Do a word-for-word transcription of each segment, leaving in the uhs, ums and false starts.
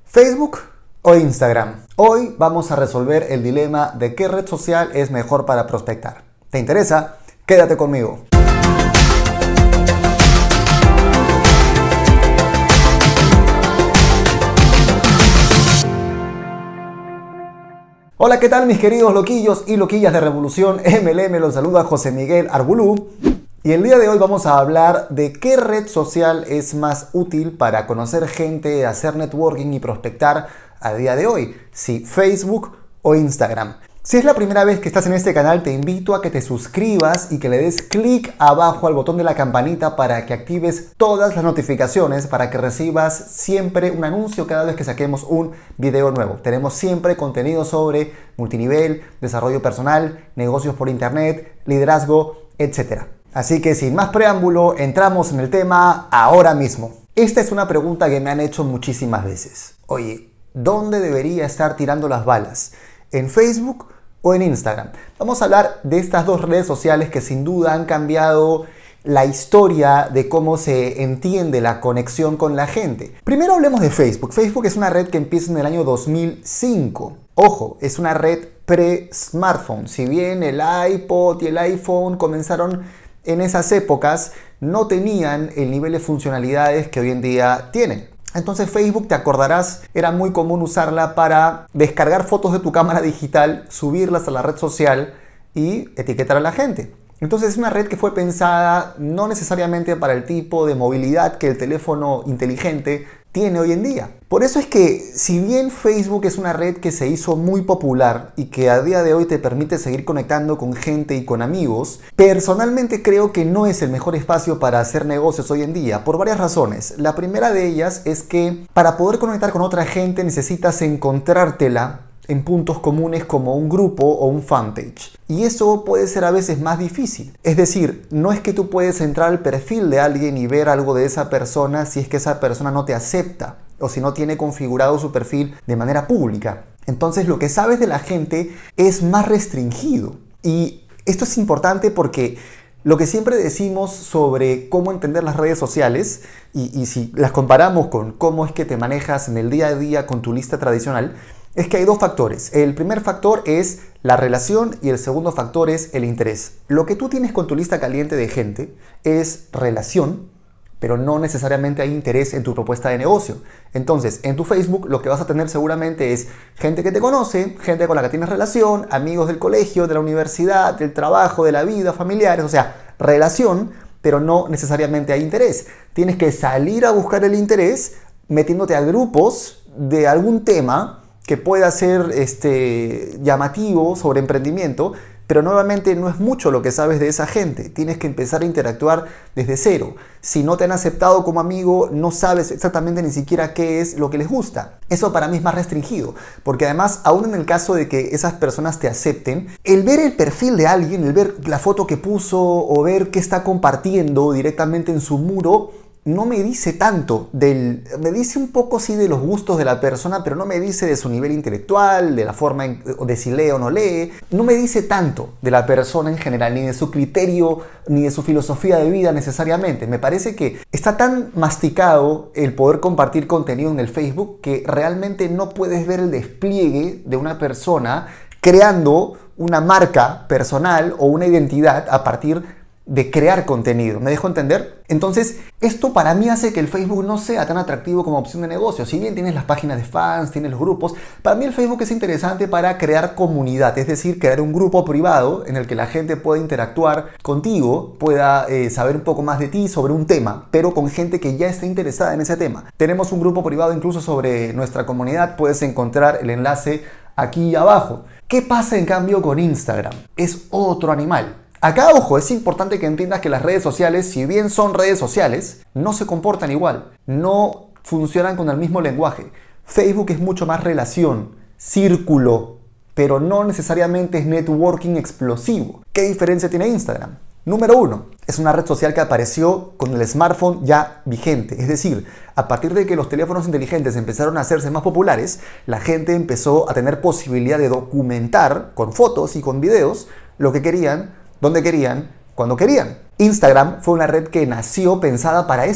¿Facebook o Instagram? Hoy vamos a resolver el dilema de qué red social es mejor para prospectar. ¿Te interesa? Quédate conmigo. Hola, ¿qué tal mis queridos loquillos y loquillas de Revolución M L M? Los saluda José Miguel Arbulú. Y el día de hoy vamos a hablar de qué red social es más útil para conocer gente, hacer networking y prospectar a día de hoy, si Facebook o Instagram. Si es la primera vez que estás en este canal, te invito a que te suscribas y que le des clic abajo al botón de la campanita para que actives todas las notificaciones para que recibas siempre un anuncio cada vez que saquemos un video nuevo. Tenemos siempre contenido sobre multinivel, desarrollo personal, negocios por internet, liderazgo, etcétera. Así que sin más preámbulo, entramos en el tema ahora mismo. Esta es una pregunta que me han hecho muchísimas veces. Oye, ¿dónde debería estar tirando las balas? ¿En Facebook o en Instagram? Vamos a hablar de estas dos redes sociales que sin duda han cambiado la historia de cómo se entiende la conexión con la gente. Primero hablemos de Facebook. Facebook es una red que empieza en el año dos mil cinco. Ojo, es una red pre-smartphone. Si bien el iPod y el iPhone comenzaron en esas épocas, no tenían el nivel de funcionalidades que hoy en día tienen. Entonces Facebook, te acordarás, era muy común usarla para descargar fotos de tu cámara digital, subirlas a la red social y etiquetar a la gente. Entonces es una red que fue pensada no necesariamente para el tipo de movilidad que el teléfono inteligente tiene hoy en día. Por eso es que, si bien Facebook es una red que se hizo muy popular y que a día de hoy te permite seguir conectando con gente y con amigos, personalmente creo que no es el mejor espacio para hacer negocios hoy en día, por varias razones. La primera de ellas es que para poder conectar con otra gente necesitas encontrártela en puntos comunes como un grupo o un fanpage. Y eso puede ser a veces más difícil. Es decir, no es que tú puedes entrar al perfil de alguien y ver algo de esa persona si es que esa persona no te acepta o si no tiene configurado su perfil de manera pública. Entonces lo que sabes de la gente es más restringido. Y esto es importante porque lo que siempre decimos sobre cómo entender las redes sociales, y, y si las comparamos con cómo es que te manejas en el día a día con tu lista tradicional, es que hay dos factores. El primer factor es la relación y el segundo factor es el interés. Lo que tú tienes con tu lista caliente de gente es relación, pero no necesariamente hay interés en tu propuesta de negocio. Entonces, en tu Facebook lo que vas a tener seguramente es gente que te conoce, gente con la que tienes relación, amigos del colegio, de la universidad, del trabajo, de la vida, familiares, o sea, relación, pero no necesariamente hay interés. Tienes que salir a buscar el interés metiéndote a grupos de algún tema que pueda ser este, llamativo sobre emprendimiento, pero nuevamente no es mucho lo que sabes de esa gente. Tienes que empezar a interactuar desde cero. Si no te han aceptado como amigo, no sabes exactamente ni siquiera qué es lo que les gusta. Eso para mí es más restringido, porque además, aún en el caso de que esas personas te acepten, el ver el perfil de alguien, el ver la foto que puso o ver qué está compartiendo directamente en su muro, no me dice tanto, del, me dice un poco sí de los gustos de la persona, pero no me dice de su nivel intelectual, de la forma en, de si lee o no lee, no me dice tanto de la persona en general, ni de su criterio, ni de su filosofía de vida necesariamente. Me parece que está tan masticado el poder compartir contenido en el Facebook que realmente no puedes ver el despliegue de una persona creando una marca personal o una identidad a partir de de crear contenido. ¿Me dejo entender? Entonces, esto para mí hace que el Facebook no sea tan atractivo como opción de negocio. Si bien tienes las páginas de fans, tienes los grupos, para mí el Facebook es interesante para crear comunidad, es decir, crear un grupo privado en el que la gente pueda interactuar contigo, pueda eh, saber un poco más de ti sobre un tema, pero con gente que ya está interesada en ese tema. Tenemos un grupo privado incluso sobre nuestra comunidad, puedes encontrar el enlace aquí abajo. ¿Qué pasa en cambio con Instagram? Es otro animal. Acá, ojo, es importante que entiendas que las redes sociales, si bien son redes sociales, no se comportan igual, no funcionan con el mismo lenguaje. Facebook es mucho más relación, círculo, pero no necesariamente es networking explosivo. ¿Qué diferencia tiene Instagram? Número uno, es una red social que apareció con el smartphone ya vigente. Es decir, a partir de que los teléfonos inteligentes empezaron a hacerse más populares, la gente empezó a tener posibilidad de documentar con fotos y con videos lo que querían, donde querían, cuando querían. Instagram fue una red que nació pensada para eso.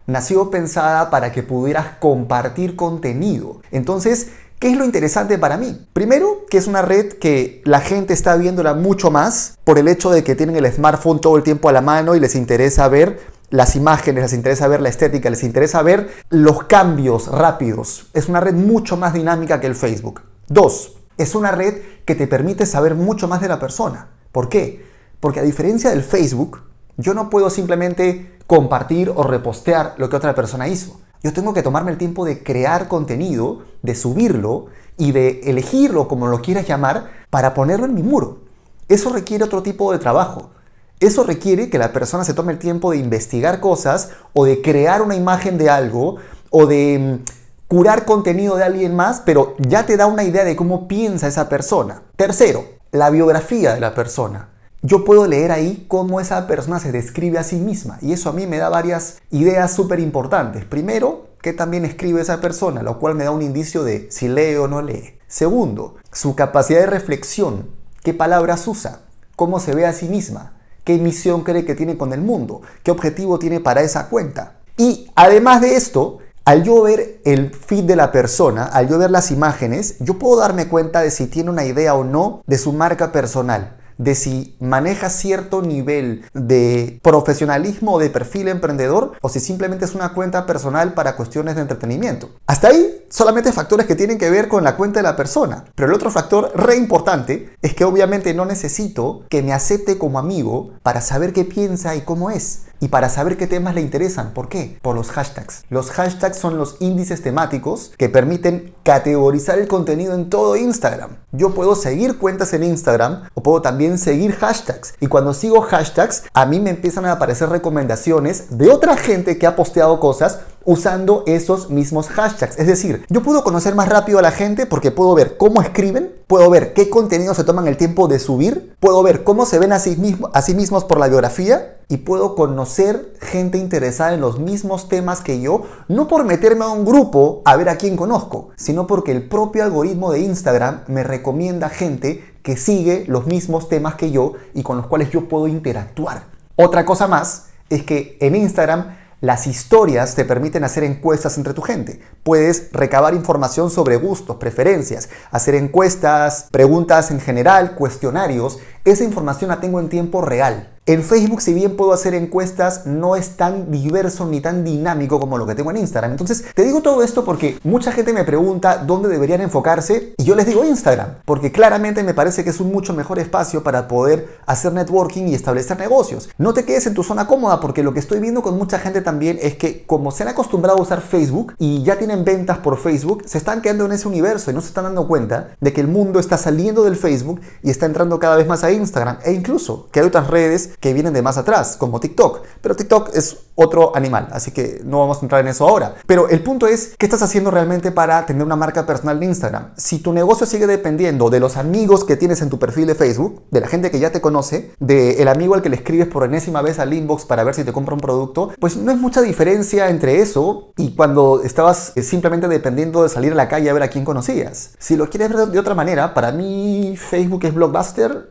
nació pensada para que pudieras compartir contenido. Entonces, ¿qué es lo interesante para mí? Primero, que es una red que la gente está viéndola mucho más por el hecho de que tienen el smartphone todo el tiempo a la mano y les interesa ver las imágenes, les interesa ver la estética, les interesa ver los cambios rápidos. Es una red mucho más dinámica que el Facebook. Dos, es una red que te permite saber mucho más de la persona. ¿Por qué? Porque a diferencia del Facebook, yo no puedo simplemente compartir o repostear lo que otra persona hizo. Yo tengo que tomarme el tiempo de crear contenido, de subirlo y de elegirlo como lo quieras llamar para ponerlo en mi muro. Eso requiere otro tipo de trabajo. Eso requiere que la persona se tome el tiempo de investigar cosas o de crear una imagen de algo o de curar contenido de alguien más, pero ya te da una idea de cómo piensa esa persona. Tercero, la biografía de la persona. Yo puedo leer ahí cómo esa persona se describe a sí misma y eso a mí me da varias ideas súper importantes. Primero, qué también escribe esa persona, lo cual me da un indicio de si lee o no lee. Segundo, su capacidad de reflexión, qué palabras usa, cómo se ve a sí misma, qué misión cree que tiene con el mundo, qué objetivo tiene para esa cuenta. Y además de esto, al yo ver el feed de la persona, al yo ver las imágenes, yo puedo darme cuenta de si tiene una idea o no de su marca personal, de si maneja cierto nivel de profesionalismo o de perfil emprendedor o si simplemente es una cuenta personal para cuestiones de entretenimiento. Hasta ahí solamente factores que tienen que ver con la cuenta de la persona. Pero el otro factor re importante es que obviamente no necesito que me acepte como amigo para saber qué piensa y cómo es. Y para saber qué temas le interesan. ¿Por qué? Por los hashtags. Los hashtags son los índices temáticos que permiten categorizar el contenido en todo Instagram. Yo puedo seguir cuentas en Instagram o puedo también seguir hashtags. Y cuando sigo hashtags, a mí me empiezan a aparecer recomendaciones de otra gente que ha posteado cosas usando esos mismos hashtags. Es decir, yo puedo conocer más rápido a la gente porque puedo ver cómo escriben, puedo ver qué contenido se toman el tiempo de subir, puedo ver cómo se ven a sí, mismo, a sí mismos por la biografía y puedo conocer gente interesada en los mismos temas que yo, no por meterme a un grupo a ver a quién conozco, sino porque el propio algoritmo de Instagram me recomienda gente que sigue los mismos temas que yo y con los cuales yo puedo interactuar. Otra cosa más es que en Instagram las historias te permiten hacer encuestas entre tu gente. Puedes recabar información sobre gustos, preferencias, hacer encuestas, preguntas en general, cuestionarios. Esa información la tengo en tiempo real. En Facebook, si bien puedo hacer encuestas, no es tan diverso ni tan dinámico como lo que tengo en Instagram. Entonces, te digo todo esto porque mucha gente me pregunta dónde deberían enfocarse y yo les digo Instagram, porque claramente me parece que es un mucho mejor espacio para poder hacer networking y establecer negocios. No te quedes en tu zona cómoda porque lo que estoy viendo con mucha gente también es que como se han acostumbrado a usar Facebook y ya tienen ventas por Facebook, se están quedando en ese universo y no se están dando cuenta de que el mundo está saliendo del Facebook y está entrando cada vez más a Instagram e incluso que hay otras redes que vienen de más atrás, como TikTok. Pero TikTok es otro animal, así que no vamos a entrar en eso ahora. Pero el punto es, ¿qué estás haciendo realmente para tener una marca personal de Instagram? Si tu negocio sigue dependiendo de los amigos que tienes en tu perfil de Facebook, de la gente que ya te conoce, del amigo al que le escribes por enésima vez al inbox para ver si te compra un producto, pues no es mucha diferencia entre eso y cuando estabas simplemente dependiendo de salir a la calle a ver a quién conocías. Si lo quieres ver de otra manera, para mí Facebook es Blockbuster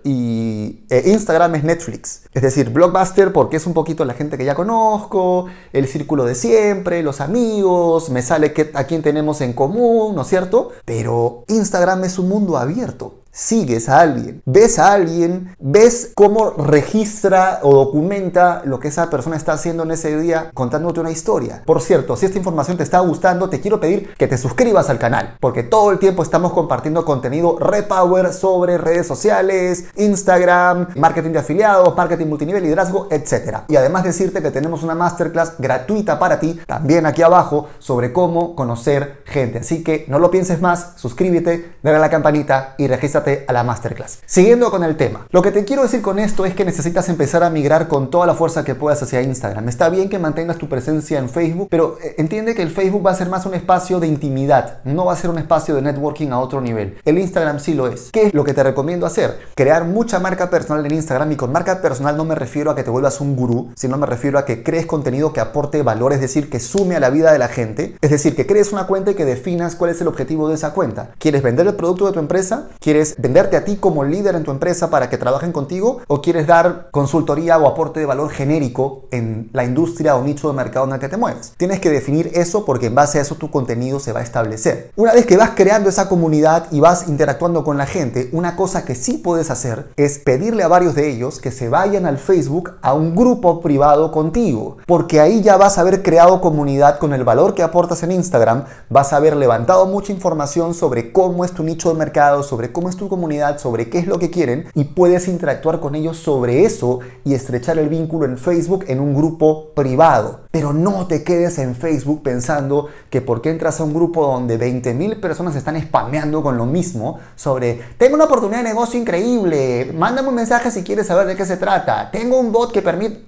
y eh, Instagram es Netflix. Es decir, Blockbuster porque es un poquito la gente que ya conozco, el círculo de siempre, los amigos, me sale que, a quién tenemos en común, ¿no es cierto? Pero Instagram es un mundo abierto. Sigues a alguien, ves a alguien, ves cómo registra o documenta lo que esa persona está haciendo en ese día contándote una historia. Por cierto, si esta información te está gustando, te quiero pedir que te suscribas al canal, porque todo el tiempo estamos compartiendo contenido repower sobre redes sociales, Instagram, marketing de afiliados, marketing multinivel, liderazgo, etcétera. Y además decirte que tenemos una masterclass gratuita para ti, también aquí abajo, sobre cómo conocer gente. Así que no lo pienses más, suscríbete, dale a la campanita y registra a la masterclass. Siguiendo con el tema, lo que te quiero decir con esto es que necesitas empezar a migrar con toda la fuerza que puedas hacia Instagram. Está bien que mantengas tu presencia en Facebook, pero entiende que el Facebook va a ser más un espacio de intimidad, no va a ser un espacio de networking a otro nivel. El Instagram sí lo es. ¿Qué es lo que te recomiendo hacer? Crear mucha marca personal en Instagram, y con marca personal no me refiero a que te vuelvas un gurú, sino me refiero a que crees contenido que aporte valor, es decir, que sume a la vida de la gente. Es decir, que crees una cuenta y que definas cuál es el objetivo de esa cuenta. ¿Quieres vender el producto de tu empresa? ¿Quieres ¿Quieres venderte a ti como líder en tu empresa para que trabajen contigo? ¿O quieres dar consultoría o aporte de valor genérico en la industria o nicho de mercado en el que te mueves? Tienes que definir eso porque en base a eso tu contenido se va a establecer. Una vez que vas creando esa comunidad y vas interactuando con la gente, una cosa que sí puedes hacer es pedirle a varios de ellos que se vayan al Facebook a un grupo privado contigo, porque ahí ya vas a haber creado comunidad con el valor que aportas en Instagram, vas a haber levantado mucha información sobre cómo es tu nicho de mercado, sobre cómo es tu comunidad, sobre qué es lo que quieren y puedes interactuar con ellos sobre eso y estrechar el vínculo en Facebook en un grupo privado. Pero no te quedes en Facebook pensando que porque entras a un grupo donde veinte mil personas están spameando con lo mismo sobre tengo una oportunidad de negocio increíble, mándame un mensaje si quieres saber de qué se trata, tengo un bot que permite...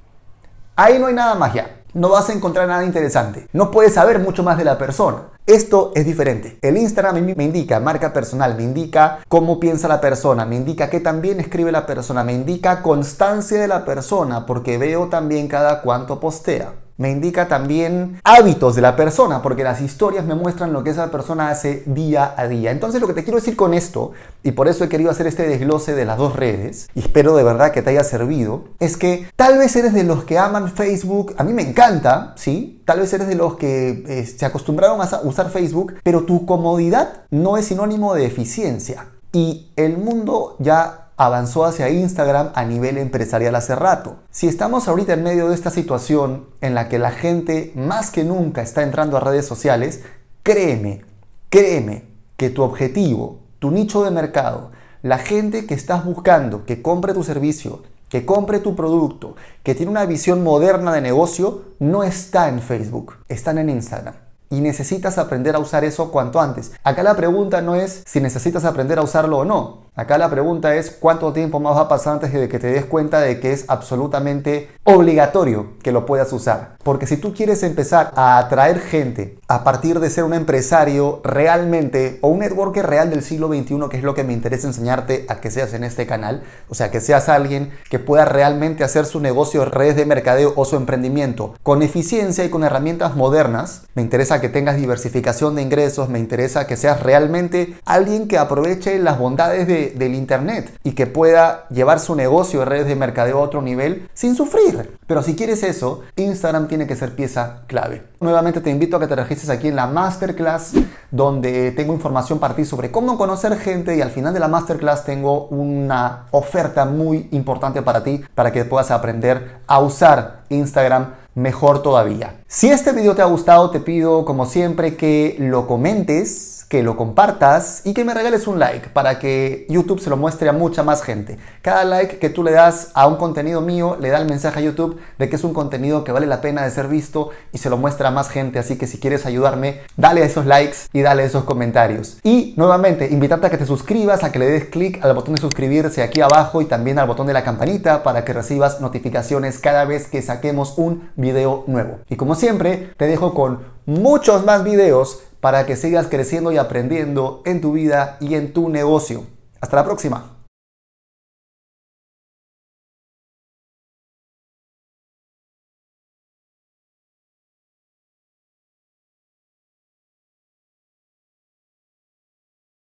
Ahí no hay nada más ya. No vas a encontrar nada interesante. No puedes saber mucho más de la persona. Esto es diferente. El Instagram a mí me indica marca personal, me indica cómo piensa la persona, me indica qué también escribe la persona, me indica constancia de la persona porque veo también cada cuánto postea. Me indica también hábitos de la persona, porque las historias me muestran lo que esa persona hace día a día. Entonces lo que te quiero decir con esto, y por eso he querido hacer este desglose de las dos redes, y espero de verdad que te haya servido, es que tal vez eres de los que aman Facebook, a mí me encanta, ¿sí? Tal vez eres de los que eh, se acostumbraron a usar Facebook, pero tu comodidad no es sinónimo de eficiencia. Y el mundo ya avanzó hacia Instagram a nivel empresarial hace rato. Si estamos ahorita en medio de esta situación en la que la gente más que nunca está entrando a redes sociales, créeme, créeme que tu objetivo, tu nicho de mercado, la gente que estás buscando que compre tu servicio, que compre tu producto, que tiene una visión moderna de negocio, no está en Facebook, están en Instagram. Y necesitas aprender a usar eso cuanto antes. Acá la pregunta no es si necesitas aprender a usarlo o no. Acá la pregunta es cuánto tiempo más va a pasar antes de que te des cuenta de que es absolutamente obligatorio que lo puedas usar. Porque si tú quieres empezar a atraer gente a partir de ser un empresario realmente o un networker real del siglo veintiuno, que es lo que me interesa enseñarte a que seas en este canal, o sea, que seas alguien que pueda realmente hacer su negocio, redes de mercadeo o su emprendimiento con eficiencia y con herramientas modernas, me interesa que tengas diversificación de ingresos, me interesa que seas realmente alguien que aproveche las bondades de del internet y que pueda llevar su negocio de redes de mercadeo a otro nivel sin sufrir. Pero si quieres eso, Instagram tiene que ser pieza clave. Nuevamente te invito a que te registres aquí en la Masterclass, donde tengo información para ti sobre cómo conocer gente y al final de la Masterclass tengo una oferta muy importante para ti, para que puedas aprender a usar Instagram mejor todavía. Si este video te ha gustado, te pido como siempre que lo comentes, que lo compartas y que me regales un like para que YouTube se lo muestre a mucha más gente. Cada like que tú le das a un contenido mío le da el mensaje a YouTube de que es un contenido que vale la pena de ser visto y se lo muestra a más gente. Así que si quieres ayudarme, dale a esos likes y dale a esos comentarios. Y nuevamente, invitarte a que te suscribas, a que le des clic al botón de suscribirse aquí abajo y también al botón de la campanita para que recibas notificaciones cada vez que saquemos un video nuevo. Y como siempre, te dejo con muchos más videos para que sigas creciendo y aprendiendo en tu vida y en tu negocio. Hasta la próxima.